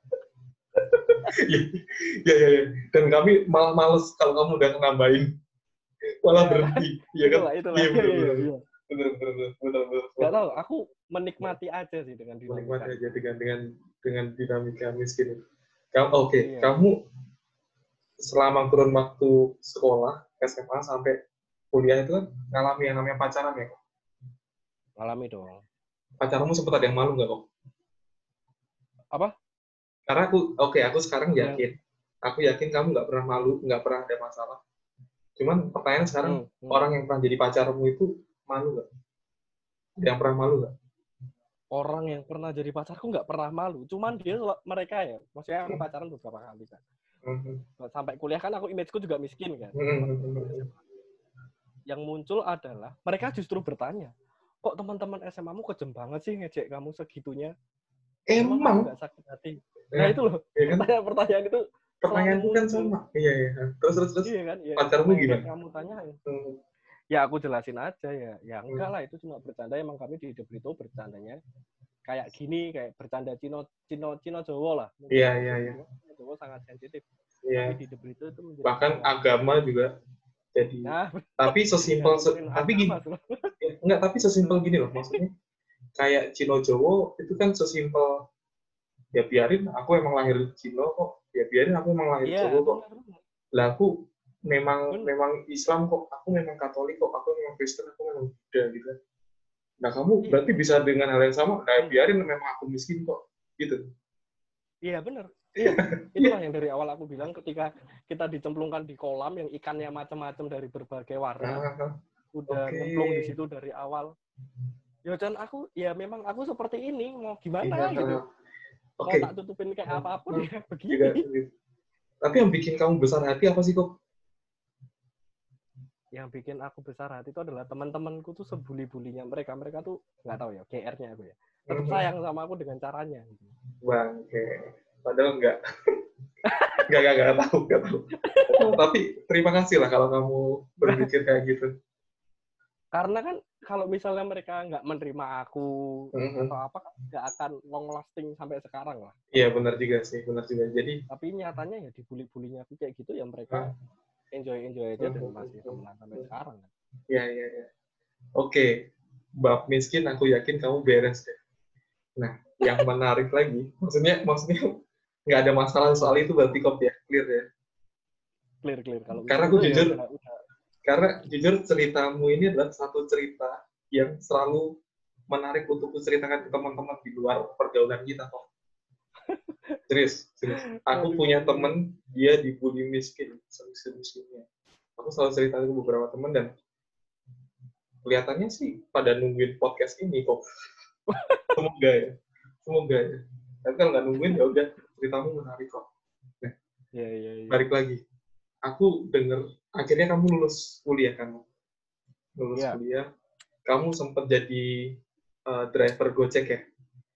Ya, ya, ya. Dan kami malah males kalau kamu udah nambahin, malah Ya kan? berhenti, ya kan? Itulah, itulah. Iya, Iya, bener, iya, bener, iya. bener, bener, bener, bener, bener. Gak tahu, aku menikmati aja sih dengan Menikmati dinamika aja itu. dengan dengan dengan dinamika miskin itu. Kamu oke, okay. Iya. Kamu selama kurun waktu sekolah S M A sampai kuliah itu kan ngalami yang namanya pacaran ya kok? Alami dong. Pacarmu sempat ada yang malu nggak kok? Apa? Karena aku oke, okay, aku sekarang Yang yakin, aku yakin kamu nggak pernah malu, nggak pernah ada masalah. Cuman pertanyaan sekarang, hmm, hmm. orang yang pernah jadi pacarmu itu malu nggak? Ada yang pernah malu nggak? Orang yang pernah jadi pacarku nggak pernah malu. Cuman dia mereka ya, maksudnya aku pacaran beberapa kali kan. Mm-hmm. Sampai kuliah kan aku imageku juga miskin kan. Mm-hmm. Yang muncul adalah mereka justru bertanya, kok teman-teman S M A-mu kejem banget sih ngejek kamu segitunya? Emang kamu nggak sakit hati? Nah ya, itu loh, ya kan? pertanyaan-pertanyaan itu pertanyaanku kan sama. Iya, iya. Terus, terus, terus. Iya kan? Ya, Pacarmu gimana? kamu tanyain. Hmm. Ya aku jelasin aja ya. Ya enggak lah, itu cuma bercanda. Emang kami di hidup itu bercandanya kayak gini, kayak bercanda Cino, Cino, Cino Jawa lah. Iya, iya, iya. Cino Jawa sangat sensitif. Iya. Tapi di hidup itu itu menjadi bahkan agama juga jadi. Nah, tapi sesimpel, se tapi gini. Ya, enggak, tapi sesimpel gini loh, maksudnya kayak Cino Jawa itu kan sesimpel ya biarin aku emang lahir Cino kok, ya biarin aku emang lahir ya, Jawa kok. Lah aku memang Bener. memang Islam kok, aku memang Katolik kok, aku memang Kristen, aku memang Buddha gitu. Nah kamu Iya. berarti bisa dengan hal yang sama, nah Hmm. biarin memang aku miskin kok, gitu. Iya benar. Iya. Itulah yang dari awal aku bilang ketika kita dicemplungkan di kolam yang ikannya macam-macam dari berbagai warna, Ah, udah oke. nyemplung di situ dari awal. Ya dan aku ya memang aku seperti ini, mau gimana Iya. gitu. Mau Oke. tak tutupin kayak apapun ya Juga, begini. gitu. Tapi yang bikin kamu besar hati apa sih kok? Yang bikin aku besar hati itu adalah teman-temanku tuh sebuli-bulinya mereka. Mereka tuh nggak tahu ya, G R-nya aku ya. Tetap sayang sama aku dengan caranya. Gitu. Bangke. Padahal enggak. Enggak, enggak, enggak tahu, enggak tahu. Tapi terima kasih lah kalau kamu berpikir kayak gitu. Karena kan kalau misalnya mereka nggak menerima aku Mm-hmm. atau apa, nggak akan long lasting sampai sekarang lah. Iya benar juga sih, benar juga. Jadi. Tapi nyatanya ya dibully-bulinya aku kayak gitu ya mereka enjoy-enjoy aja dan masih temenan sampai sekarang. Kan? Iya, iya, iya. Oke, bab miskin aku yakin kamu beres deh. Nah, yang menarik lagi, maksudnya maksudnya nggak ada masalah soal itu berarti kok ya, clear ya. Clear, clear. Kalau karena aku jujur, ya udah, udah. karena jujur ceritamu ini adalah satu cerita yang selalu menarik untuk kuceritakan ke teman-teman di luar pergaulan kita kok. Serius, serius. Aku punya temen, dia dibully miskin, semiskin-miskinnya. Aku selalu cerita ke beberapa teman dan kelihatannya sih pada nungguin podcast ini kok. Semoga ya, semoga ya. Tapi kalau nggak nungguin ya udah, ceritamu menarik kok. Nah, ya, ya, ya. balik lagi. Aku dengar akhirnya kamu lulus kuliah kan? Lulus ya. kuliah. Kamu sempat jadi uh, driver Gojek ya?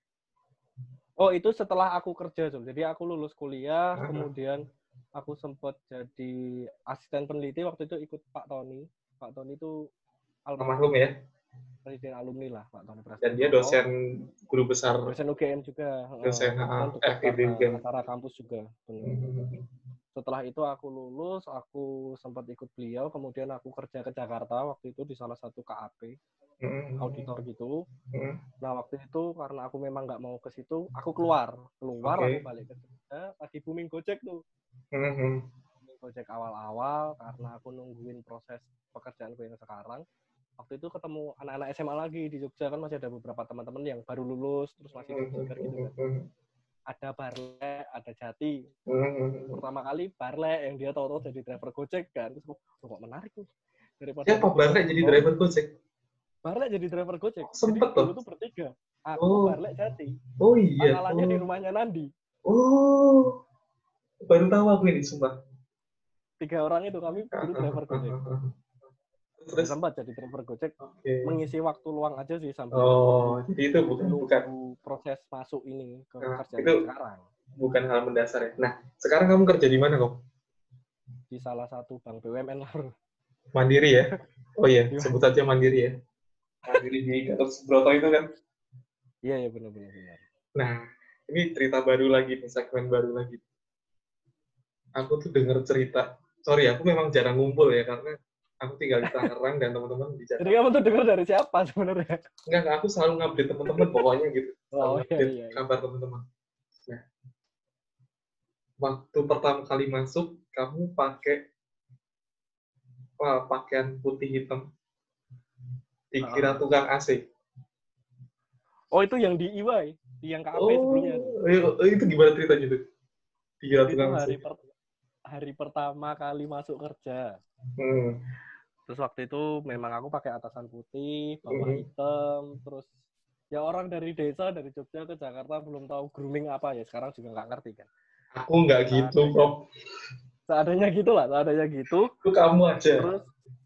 Oh, itu setelah aku kerja, Jom. Jadi aku lulus kuliah, uh-huh. kemudian aku sempat jadi asisten peneliti, waktu itu ikut Pak Tony. Pak Tony itu almarhum ya? Presiden alumni lah, Pak Tony Prasetyo. Dan dia dosen guru besar. Dosen U G M juga. Dosen uh, uh, F I B U G M. Acara kampus juga. Hmm. Setelah itu aku lulus, aku sempat ikut beliau, kemudian aku kerja ke Jakarta waktu itu di salah satu K A P, mm-hmm. auditor gitu. Mm-hmm. Nah waktu itu karena aku memang nggak mau ke situ, aku keluar, keluar okay. Aku balik ke Jogja, lagi booming Gojek tuh. Mm-hmm. Booming Gojek awal-awal karena aku nungguin proses pekerjaanku yang sekarang. Waktu itu ketemu anak-anak S M A lagi di Jogja, kan masih ada beberapa teman-teman yang baru lulus terus masih job-jobber gitu kan. Ada Barle, ada Jati. Mm-hmm. Pertama kali Barle yang dia tahu-tahu jadi driver Gojek kan. Terus kok menarik nih. Daripada siapa Barle jadi driver Gojek? Barle jadi driver Gojek. Oh, sempet jadi dulu tuh bertiga. Aku, oh. Barle, Jati. Oh iya. Pangkalannya oh. di rumahnya Nandi. Oh. Baru tahu aku ini, sumpah. Tiga orang itu kami dulu driver Gojek. Terus sempat jadi driver Gojek, okay. Mengisi waktu luang aja sih sambil oh, jadi itu bukan bukan proses masuk ini ke nah, kerjaan itu sekarang. Bukan hal mendasar ya. Nah, sekarang kamu kerja di mana kok? Di salah satu bank B U M N lah. Mandiri ya? Oh iya, sebut aja Mandiri ya. Mandiri di Gatot Subroto itu kan? Iya, iya benar-benar. Nah, ini cerita baru lagi nih, segmen baru lagi. Aku tuh denger cerita, sorry aku memang jarang ngumpul ya, karena aku tinggal di Tangerang dan teman-teman di Jakarta. Jadi kamu tuh denger dari siapa sebenarnya? Enggak, aku selalu ngupdate teman-teman pokoknya gitu. Selalu oh, ngupdate iya, iya. kabar teman-teman. Nah, waktu pertama kali masuk, kamu pakai wah, pakaian putih hitam. Dikira tukang A C. Oh, itu yang di I W A I, yang K A P oh, sebelumnya. Oh, itu gimana ceritanya tuh? Dikira Jadi tukang itu A C. hari, per, hari pertama kali masuk kerja. Hmm. Terus waktu itu memang aku pakai atasan putih, bawah hmm. hitam, terus ya orang dari desa, dari Jogja ke Jakarta belum tahu grooming apa ya, sekarang juga nggak ngerti kan. Aku nggak gitu kok. Seadanya gitu lah, seadanya gitu. Itu kamu aja. Terus,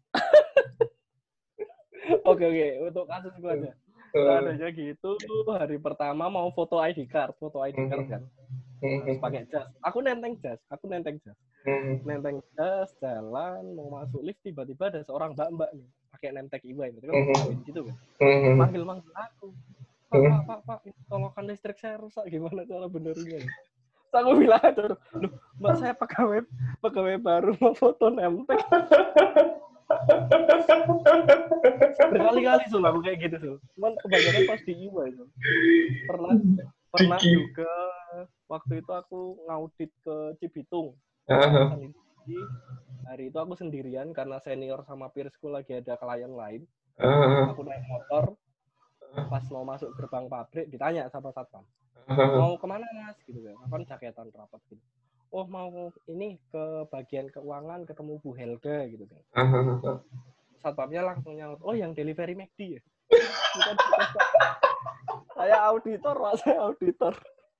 oke oke, untuk kasus gue aja. Seadanya gitu, tuh hari pertama mau foto I D card, foto I D card kan. Terus pakai jas. Aku nenteng jas, aku nenteng jas. Nenteng jas, jalan, mau masuk lift, tiba-tiba ada seorang mbak-mbak nih, pakai name tag I W A I, berarti kan kawin gitu kan. Manggil-manggil aku. Pak, pak, pak, pak, ini colokan listrik saya rusak, gimana cara benerinnya? Terus aku bilang aja, loh, mbak saya pegawai, pegawai baru mau foto name tag. Berkali-kali Sul, aku kayak gitu Sul. Cuman kebanyakan pas di I W A I Sul. Pernah, pernah juga waktu itu aku ngaudit ke Cibitung. Uh-huh. Jadi hari itu aku sendirian karena senior sama peersku lagi ada klien lain. Uh, Aku naik motor, pas mau masuk gerbang pabrik ditanya sama satpam, uh, mau kemana mas? Gitu kan, aku kan jaketan rapat gitu. Oh mau ini ke bagian keuangan ketemu Bu Helga gitu kan. uh, Satpamnya langsung nyaut, oh yang delivery McD ya? Bukan, bukan Pak. Saya auditor, Pak. Saya auditor.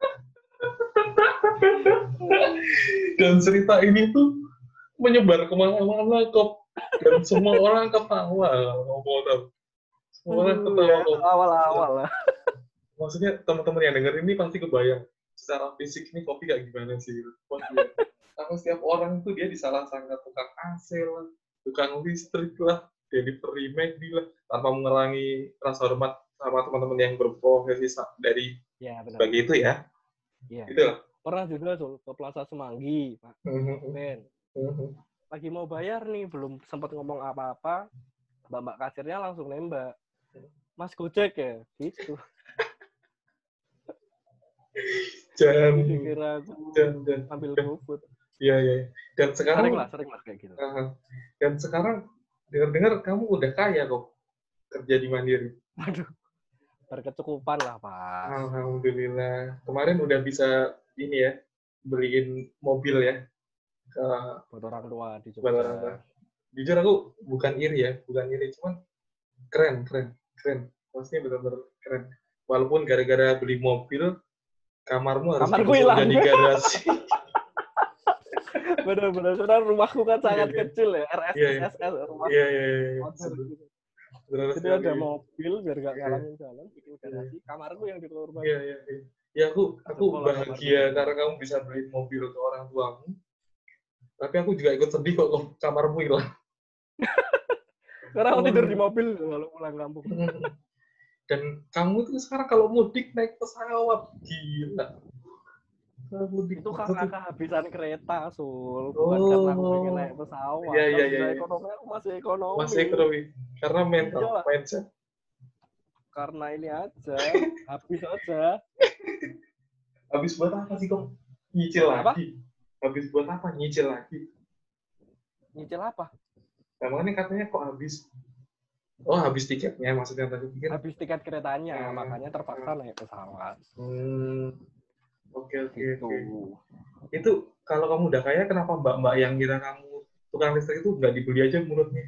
Dan cerita ini tuh menyebar kemana-mana kok. Dan semua orang ketawa kalau mau tahu. Semua orang ketawa Ya, kok. awal-awal lah. Maksudnya teman-teman yang denger ini pasti kebayang secara fisik ini kopi kayak gimana sih. Wah, iya. Karena setiap orang tuh dia disalah-sangka tukang A C lah, tukang listrik lah, delivery McD lah, tanpa mengurangi rasa hormat sama teman-teman yang berprofesi dari Ya, benar. sebagai itu ya. Iya. Gitu lah. Pernah juga tuh ke Plaza Semanggi, Pak. Ben. Lagi mau bayar nih, belum sempat ngomong apa-apa, mbak-mbak kasirnya langsung nembak. Mas Gojek ya? Gitu. Jangan. Dikira aku jangan, ambil GoFood. Iya, iya. Dan sekarang sering lah, sering lah kayak gitu. Uh, dan sekarang dengar-dengar kamu udah kaya kok kerja di Mandiri. Aduh, berkecukupan lah Pak. Alhamdulillah. Kemarin udah bisa ini ya, beliin mobil ya ke buat orang tua di buat orang tua. Jogja. Jujur aku bukan iri ya, bukan iri, cuman keren, keren, keren. Maksudnya benar-benar keren. Walaupun gara-gara beli mobil, kamarmu harus Kamarku digusur hilang. jadi garasi. Benar-benar, karena rumahku kan sangat Iya, iya. kecil ya, R S Iya, iya. S S rumah. Iya, iya, iya. Motor gitu. Benar Jadi sekali. ada mobil biar gak Iya. ngalangin jalan, bikin garasi. Kamarku yang dikorbankan. Iya, iya, iya. Ya aku aku Sekolah bahagia kamarku. karena kamu bisa beli mobil ke orang tuamu. Tapi aku juga ikut sedih kok kalau kamarmu hilang. Karena aku tidur di mobil kalau pulang kampung. Dan kamu tuh sekarang kalau mudik naik pesawat, gila. Mudik Itu karena kehabisan kereta, Sul. Bukan oh. karena aku pengen naik pesawat. Iya, iya, iya. iya. Ekonomi aku masih ekonomi. Masih ekonomi. Karena mental, iya, mindset. Karena ini aja, habis aja. Habis buat apa sih kok? Nyicil apa? lagi. Habis buat apa? Nyicil lagi. Nyicil apa? Namanya katanya kok habis. Oh, habis tiketnya maksudnya tadi pikir. Habis tiket keretanya, hmm. makanya terpaksa hmm. naik pesawat. Hmm. Oke, oke, gitu. oke. Itu kalau kamu udah kaya, kenapa mbak-mbak yang kira kamu tukang listrik itu nggak dibeli aja mulutnya?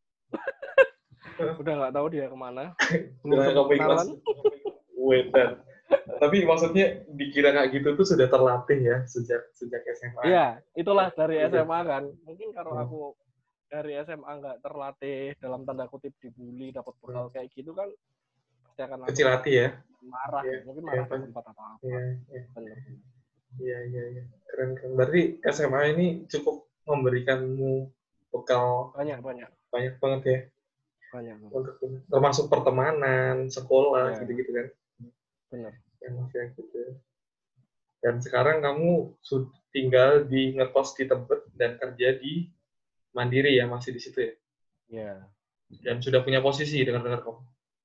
Udah nggak tahu dia kemana. Belum kamu ikhlas. Wedan. Tapi maksudnya dikira kayak gitu tuh sudah terlatih ya sejak sejak S M A. Iya, itulah dari S M A kan. Mungkin kalau hmm. aku dari S M A nggak terlatih dalam tanda kutip dibully, dapat bekal hmm. kayak gitu kan pasti akan kecil hati ya. Marah, ya, mungkin marah ya, tempat atau apa. Iya, iya. Iya, iya, iya. Keren, keren. Berarti S M A ini cukup memberikanmu bekal banyak, banyak. Banyak banget ya. Banyak. Untuk, termasuk pertemanan, sekolah, ya. Gitu-gitu kan. Benar. Ya, maksudnya gitu. Dan sekarang kamu sudah tinggal di ngekos di Tebet dan kerja di Mandiri ya, masih di situ ya? Iya. Dan sudah punya posisi dengar-dengar kok?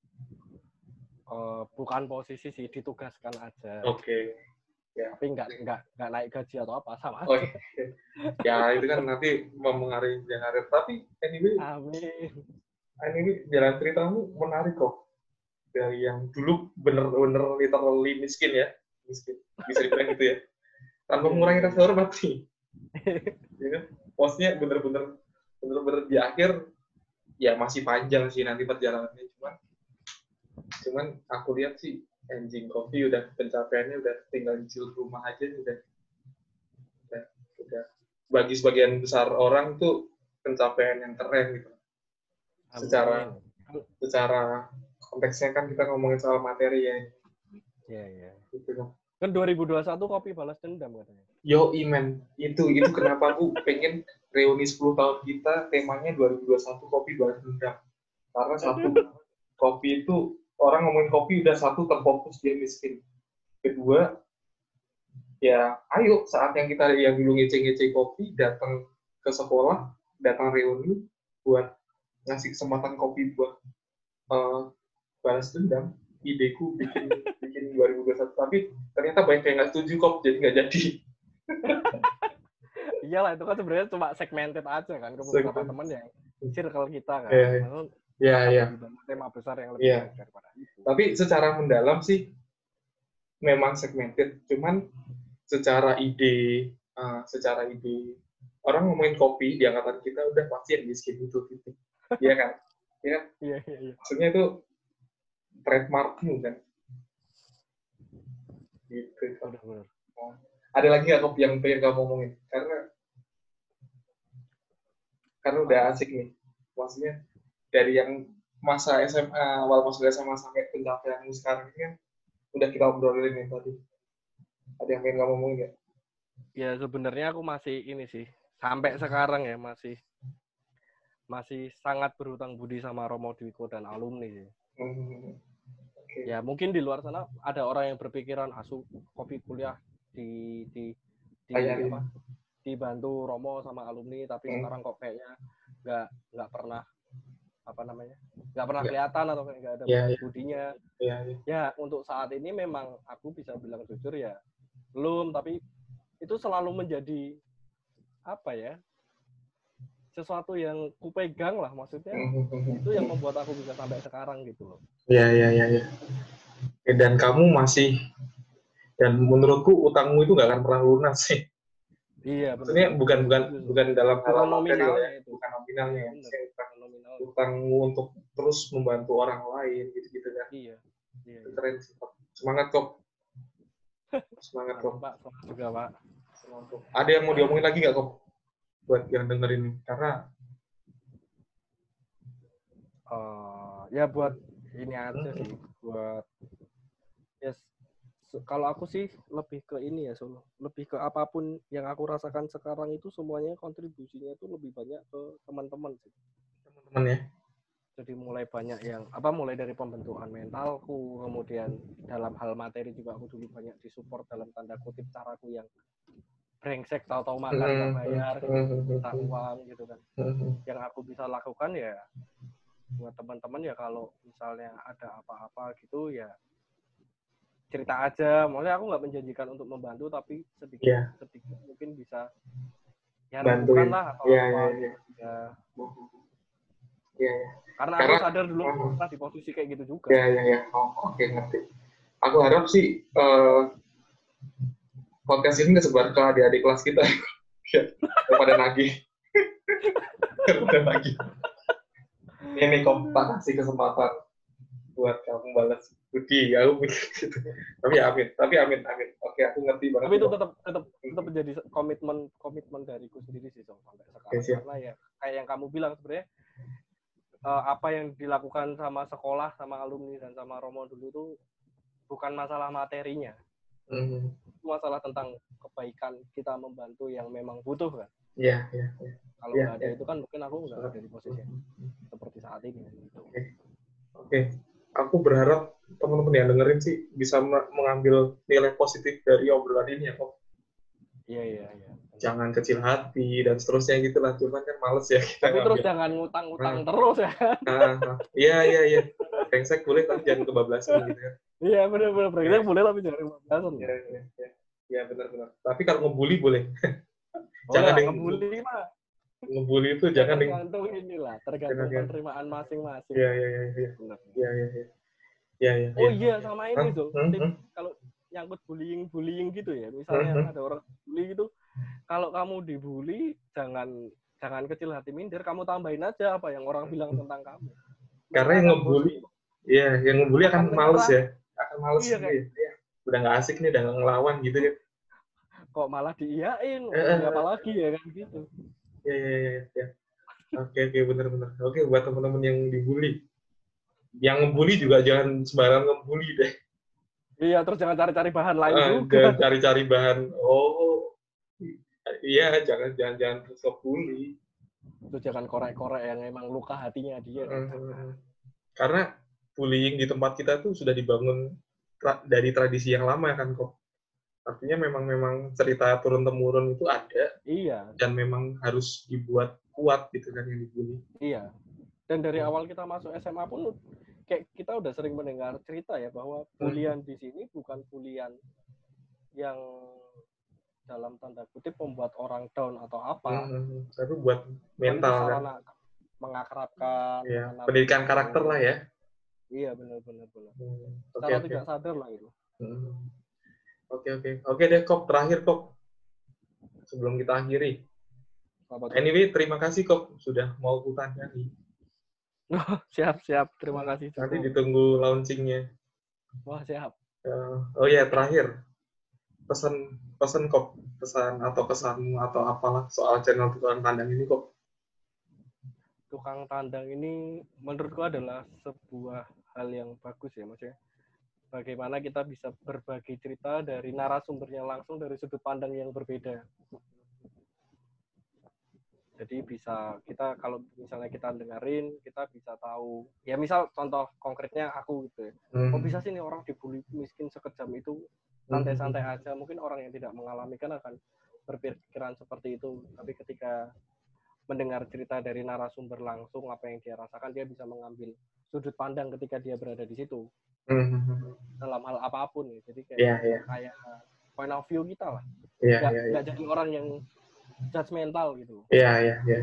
Uh, bukan posisi sih, ditugaskan aja. Oke. Okay. Ya. Tapi nggak nggak nggak naik gaji atau apa sama. Oh, okay. Ya itu kan nanti mempengaruhi karir. Tapi anyway, Amin. Anyway, jalan ceritamu menarik kok. Dari yang dulu bener-bener literally miskin ya, miskin bisa dibilang gitu ya. Tanpa mengurangi rasa hormat sih. Ya kan? Maksudnya bener-bener bener-bener di akhir ya masih panjang sih nanti perjalanannya, cuman cuman aku lihat sih Engine Coffee udah pencapaiannya udah tinggal nyicil rumah aja udah udah, udah. Bagi sebagian besar orang tuh pencapaian yang keren gitu. Secara Amin. secara konteksnya kan kita ngomongin soal materi ya. Iya, iya. Gitu kan. Kan dua ribu dua puluh satu Kopi balas dendam katanya. Yo, iman. Itu itu kenapa aku pengen reuni sepuluh tahun kita temanya dua ribu dua puluh satu Kopi balas dendam. Karena satu, kopi itu orang ngomongin kopi udah satu terfokus dia miskin. Kedua, ya ayo saat yang kita yang dulu ngece-ngece kopi datang ke sekolah, datang reuni buat ngasih kesempatan kopi buat uh, balas dendam. Ideku bikin bikin dua ribu dua puluh satu, tapi ternyata banyak yang nggak setuju kok, jadi nggak jadi. Iyalah itu kan sebenarnya cuma segmented aja kan ke beberapa teman yang circle kita kan. Iya, iya, iya. Lebih banyak tema besar yang lebih Iya. baik daripada itu. Tapi secara mendalam sih memang segmented, cuman secara ide, uh, secara ide orang ngomongin kopi di angkatan kita udah pasti yang miskin itu titik. Iya kan? Ya. Iya, iya, iya. Maksudnya itu trademarkmu kan. Gitu. Benar-benar. Oh. Ada lagi nggak kopi yang pengen kamu ngomongin? Karena karena udah asik nih. Maksudnya dari yang masa S M A, awal masuk S M A sampai pencapaianmu sekarang ini kan udah kita obrolin nih tadi. Ada yang pengen kamu ngomongin nggak? Ya sebenarnya aku masih ini sih, sampai sekarang ya masih masih sangat berhutang budi sama Romo Dwiko dan alumni sih. Hmm. Okay. Ya mungkin di luar sana ada orang yang berpikiran asu kopi kuliah di di di Ayarin. apa dibantu Romo sama alumni, tapi hmm. sekarang kok kayaknya nggak nggak pernah apa namanya nggak pernah kelihatan atau nggak ada yeah, budinya. Yeah, yeah. Ya untuk saat ini memang aku bisa bilang jujur ya belum, tapi itu selalu menjadi apa ya sesuatu yang kupegang lah, maksudnya itu yang membuat aku bisa sampai sekarang gitu loh. Iya iya iya. Ya. Dan kamu masih, dan menurutku utangmu itu nggak akan pernah lunas sih. Iya. Maksudnya benar. bukan bukan bukan dalam hal nominalnya ya, bukan nominalnya ya. Benar, nominal. Utangmu untuk terus membantu orang lain gitu-gitu kan. Iya. Iya. Itu keren sih, Pak. Semangat kok. Semangat kok. Pak, semangat juga Pak. Semangat kok. Ada yang mau diomongin lagi nggak kok? Buat yang dengerin, karena uh, ya buat ini aja sih, buat yes, kalau aku sih lebih ke ini ya, Solo. Lebih ke apapun yang aku rasakan sekarang itu semuanya kontribusinya itu lebih banyak ke teman-teman sih. Teman-teman ya. Jadi mulai banyak yang apa mulai dari pembentukan mentalku, kemudian dalam hal materi juga aku dulu banyak disupport dalam tanda kutip caraku yang brengsek, tahu-tahu makan nggak bayar, minta uang gitu kan. Yang aku bisa lakukan ya buat teman-teman ya kalau misalnya ada apa-apa gitu ya cerita aja. Maksudnya aku nggak menjanjikan untuk membantu, tapi sedikit yeah. sedikit mungkin bisa ya bantuin lah atau yeah, apa yeah, gitu. Yeah. Ya. Yeah, yeah. Karena, Karena aku sadar dulu uh, pernah di posisi kayak gitu juga. Ya ya ya. Oh, oke okay, ngerti. Aku harap sih uh, podcast ini ngesebar ke adik-adik kelas kita ya, daripada nagih. Daripada nagih. Ini kok tak kasih kesempatan buat kamu balas budi, aku mikir gitu. Tapi amin, tapi amin, amin. Oke, aku ngerti banget. Tapi itu tetap tetap tetap menjadi komitmen komitmen dariku sendiri sih, Song, sampai sekarang. Okay, karena ya kayak yang kamu bilang sebenarnya uh, apa yang dilakukan sama sekolah, sama alumni dan sama Romo dulu tuh bukan masalah materinya. Mm-hmm. Itu masalah tentang kebaikan kita membantu yang memang butuh kan. Iya, iya, iya. Kalau nggak ada yeah. itu kan mungkin aku nggak ada di posisi mm-hmm. seperti saat ini. Gitu. Oke, okay. okay. Aku berharap teman-teman yang dengerin sih bisa mengambil nilai positif dari obrolan ini ya kok. Iya, iya, iya. Jangan kecil hati dan seterusnya gitulah. Cuman kan males ya kita tapi ngambil. Terus jangan ngutang-ngutang nah. terus ya. Iya, iya, iya. Brengsek boleh tapi jangan kebablasan gitu ya. Iya benar-benar brengsek ya. Boleh tapi jangan kebablasan. Iya iya iya. Iya benar-benar. Tapi kalau ngebully boleh. Oh, jangan yang ngebully mah. Ngebully itu jangan tergantung inilah, tergantung jangan, penerimaan masing-masing. Iya iya iya iya. Iya iya iya. Iya iya. Oh iya sama ini tuh. Hmm? Hmm? Kalau nyangkut bullying bullying gitu ya. Misalnya hmm? ada orang bully gitu, kalau kamu dibully jangan jangan kecil hati minder, kamu tambahin aja apa yang orang bilang tentang kamu. Karena yang ngebully iya, yang ngebully akan, akan males ya. Akan males iya, gitu ya. Udah nggak asik nih, udah nggak ngelawan gitu ya. Kok malah diiyain, eh, apa lagi ya kan gitu. Iya, iya, iya. Ya. Oke, oke, benar-benar. Oke, buat teman-teman yang dibully. Yang ngebully juga jangan sembarang ngebully deh. Iya, terus jangan cari-cari bahan lain uh, juga. Jangan cari-cari bahan. Oh, iya, jangan jangan jangan terus ngebully. Itu jangan korek-korek yang emang luka hatinya dia. Uh, karena bullying di tempat kita tuh sudah dibangun tra- dari tradisi yang lama kan kok. Artinya memang memang cerita turun-temurun itu ada. Iya. Dan memang harus dibuat kuat gitu kan yang dibully. Iya. Dan dari awal kita masuk S M A pun kayak kita udah sering mendengar cerita ya bahwa bulian hmm. di sini bukan bulian yang dalam tanda kutip membuat orang down atau apa. Hmm, tapi buat Cuman itu mental kan. sarana mengakrabkan, Ya, mengenal pendidikan ilmu. karakter lah ya. Iya, benar-benar. benar. Hmm, oke Secara oke. tidak sadar lah itu. Hmm. Oke oke. Oke deh Kok, terakhir Kok. Sebelum kita akhiri. Apa tuh? Anyway, terima kasih Kok sudah mau kutanya nih. Siap, siap. Terima kasih Nanti juga. ditunggu launchingnya. Wah, siap. Uh, oh ya, terakhir. Pesan pesan Kok, pesan atau kesanmu atau apalah soal channel Tukang Tandang ini Kok. Tukang tandang ini menurutku adalah sebuah hal yang bagus ya, maksudnya. Bagaimana kita bisa berbagi cerita dari narasumbernya langsung dari sudut pandang yang berbeda. Jadi bisa kita kalau misalnya kita dengerin, kita bisa tahu. Ya misal contoh konkretnya aku gitu ya. Hmm. Kok bisa sih nih orang dibully miskin sekejam itu santai-santai aja. Mungkin orang yang tidak mengalami kan akan berpikiran seperti itu. Tapi ketika mendengar cerita dari narasumber langsung apa yang dia rasakan, dia bisa mengambil sudut pandang ketika dia berada di situ Hmm. dalam hal apapun ya. Jadi kayak Iya, iya. kayak point of view kita lah. Iya, Nggak, iya, iya. nggak jadi orang yang judgmental gitu. Iya, iya, iya.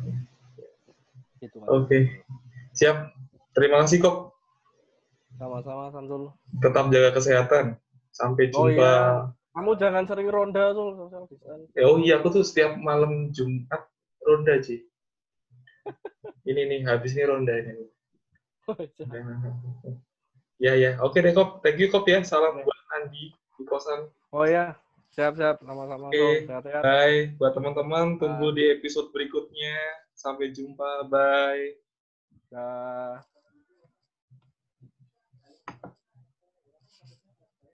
Gitu, Oke. Siap. Terima kasih Kok. Sama-sama Samsul. Tetap jaga kesehatan. Sampai Oh jumpa. iya, kamu jangan sering ronda tuh social distance. Ya, oh iya, aku tuh setiap malam Jumat ronda sih. Ini nih, habis nih ronda ini. Ya, ya. Oke deh, Kop. Thank you, Kop ya. Salam buat Andi di kosan. Oh ya, siap-siap. Sama-sama. Oke, Sehat-sehat. bye. Buat teman-teman, tunggu Bye. di episode berikutnya. Sampai jumpa. Bye. Bye.